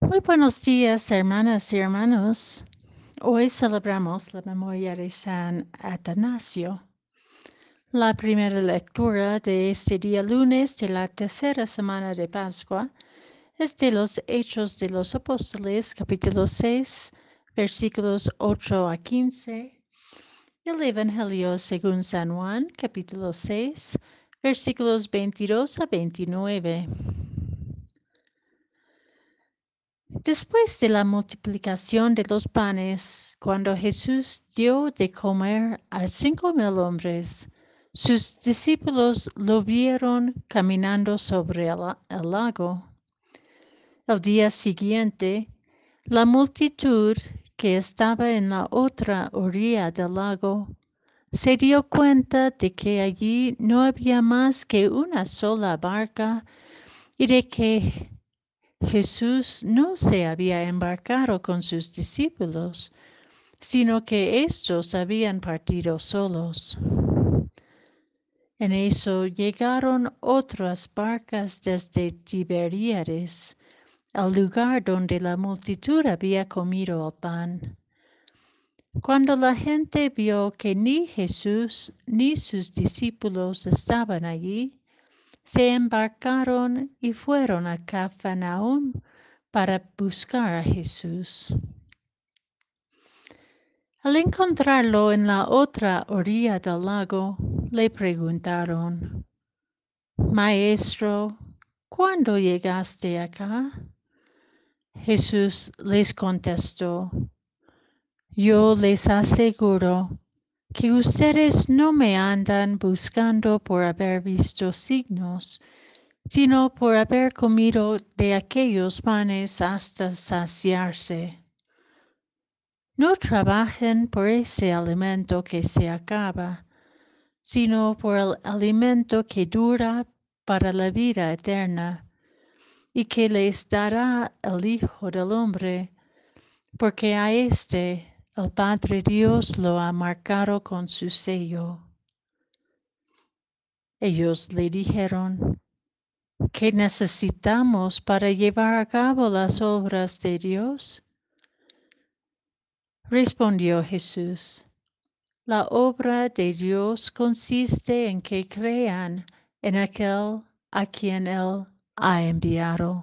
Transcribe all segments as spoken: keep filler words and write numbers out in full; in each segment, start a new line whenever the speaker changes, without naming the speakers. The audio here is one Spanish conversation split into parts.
Muy buenos días, hermanas y hermanos. Hoy celebramos la memoria de San Atanasio. La primera lectura de este día lunes de la tercera semana de Pascua es de los Hechos de los Apóstoles, capítulo seis, versículos ocho a quince, y el Evangelio según San Juan, capítulo seis, versículos veintidós a veintinueve. Después de la multiplicación de los panes, cuando Jesús dio de comer a cinco mil hombres, sus discípulos lo vieron caminando sobre el, el lago. El día siguiente, la multitud que estaba en la otra orilla del lago se dio cuenta de que allí no había más que una sola barca y de que Jesús no se había embarcado con sus discípulos, sino que éstos habían partido solos. En eso llegaron otras barcas desde Tiberíades, al lugar donde la multitud había comido el pan. Cuando la gente vio que ni Jesús ni sus discípulos estaban allí, se embarcaron y fueron a Cafarnaúm para buscar a Jesús. Al encontrarlo en la otra orilla del lago, le preguntaron: Maestro, ¿cuándo llegaste acá? Jesús les contestó: Yo les aseguro que ustedes no me andan buscando por haber visto signos, sino por haber comido de aquellos panes hasta saciarse. No trabajen por ese alimento que se acaba, sino por el alimento que dura para la vida eterna, y que les dará el Hijo del Hombre, porque a éste el Padre Dios lo ha marcado con su sello. Ellos le dijeron: ¿Qué necesitamos para llevar a cabo las obras de Dios? Respondió Jesús: La obra de Dios consiste en que crean en aquel a quien Él ha enviado.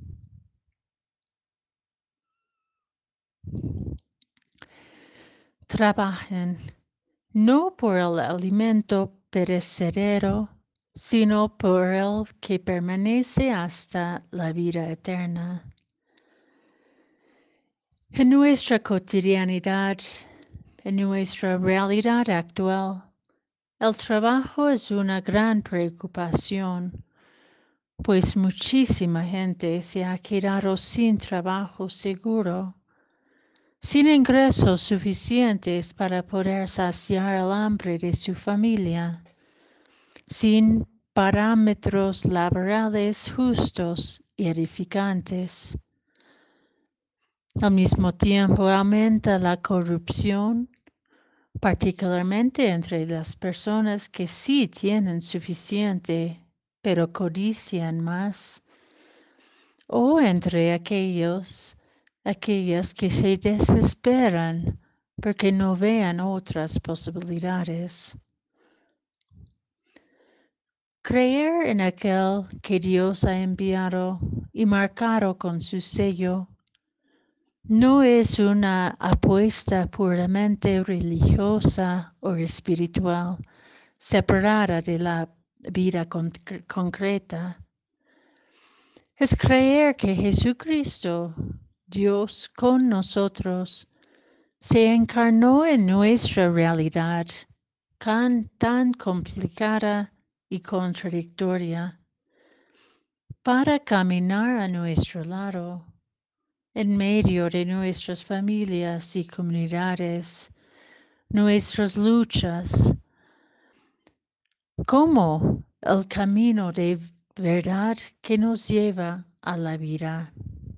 Trabajen no por el alimento perecedero, sino por el que permanece hasta la vida eterna. En nuestra cotidianidad, en nuestra realidad actual, el trabajo es una gran preocupación, pues muchísima gente se ha quedado sin trabajo seguro, sin ingresos suficientes para poder saciar el hambre de su familia, sin parámetros laborales justos y edificantes. Al mismo tiempo aumenta la corrupción, particularmente entre las personas que sí tienen suficiente, pero codician más, o entre aquellos, aquellas que se desesperan porque no vean otras posibilidades. Creer en aquel que Dios ha enviado y marcado con su sello no es una apuesta puramente religiosa o espiritual, separada de la vida con- concreta. Es creer que Jesucristo, Dios con nosotros, se encarnó en nuestra realidad tan, tan complicada y contradictoria para caminar a nuestro lado, en medio de nuestras familias y comunidades, nuestras luchas, como el camino de verdad que nos lleva a la vida.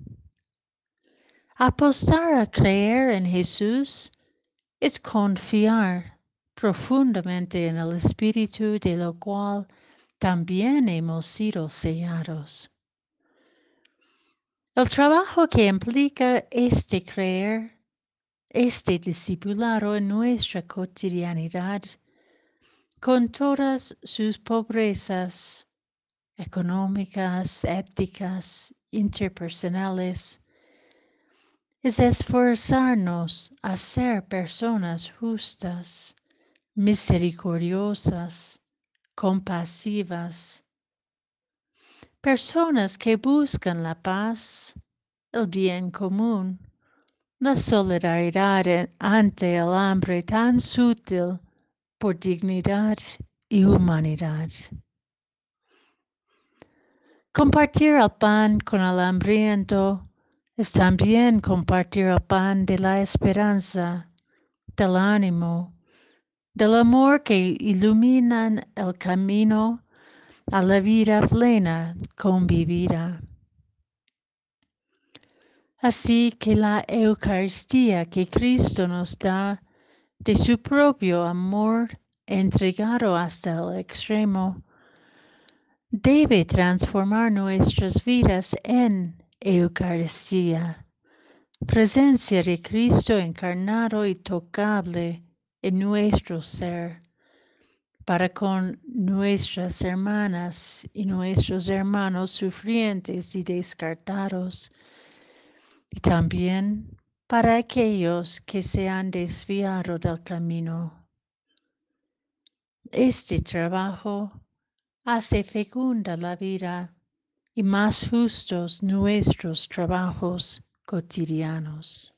Apostar a creer en Jesús es confiar profundamente en el Espíritu de lo cual también hemos sido sellados. El trabajo que implica este creer, este discipulado en nuestra cotidianidad, con todas sus pobrezas económicas, éticas, interpersonales, es esforzarnos a ser personas justas, misericordiosas, compasivas, personas que buscan la paz, el bien común, la solidaridad ante el hambre tan sutil por dignidad y humanidad. Compartir el pan con el hambriento es también compartir el pan de la esperanza, del ánimo, del amor que iluminan el camino a la vida plena convivida. Así que la Eucaristía que Cristo nos da de su propio amor entregado hasta el extremo, debe transformar nuestras vidas en Eucaristía, presencia de Cristo encarnado y tocable en nuestro ser, para con nuestras hermanas y nuestros hermanos sufrientes y descartados, y también para aquellos que se han desviado del camino. Este trabajo hace fecunda la vida y más justos nuestros trabajos cotidianos.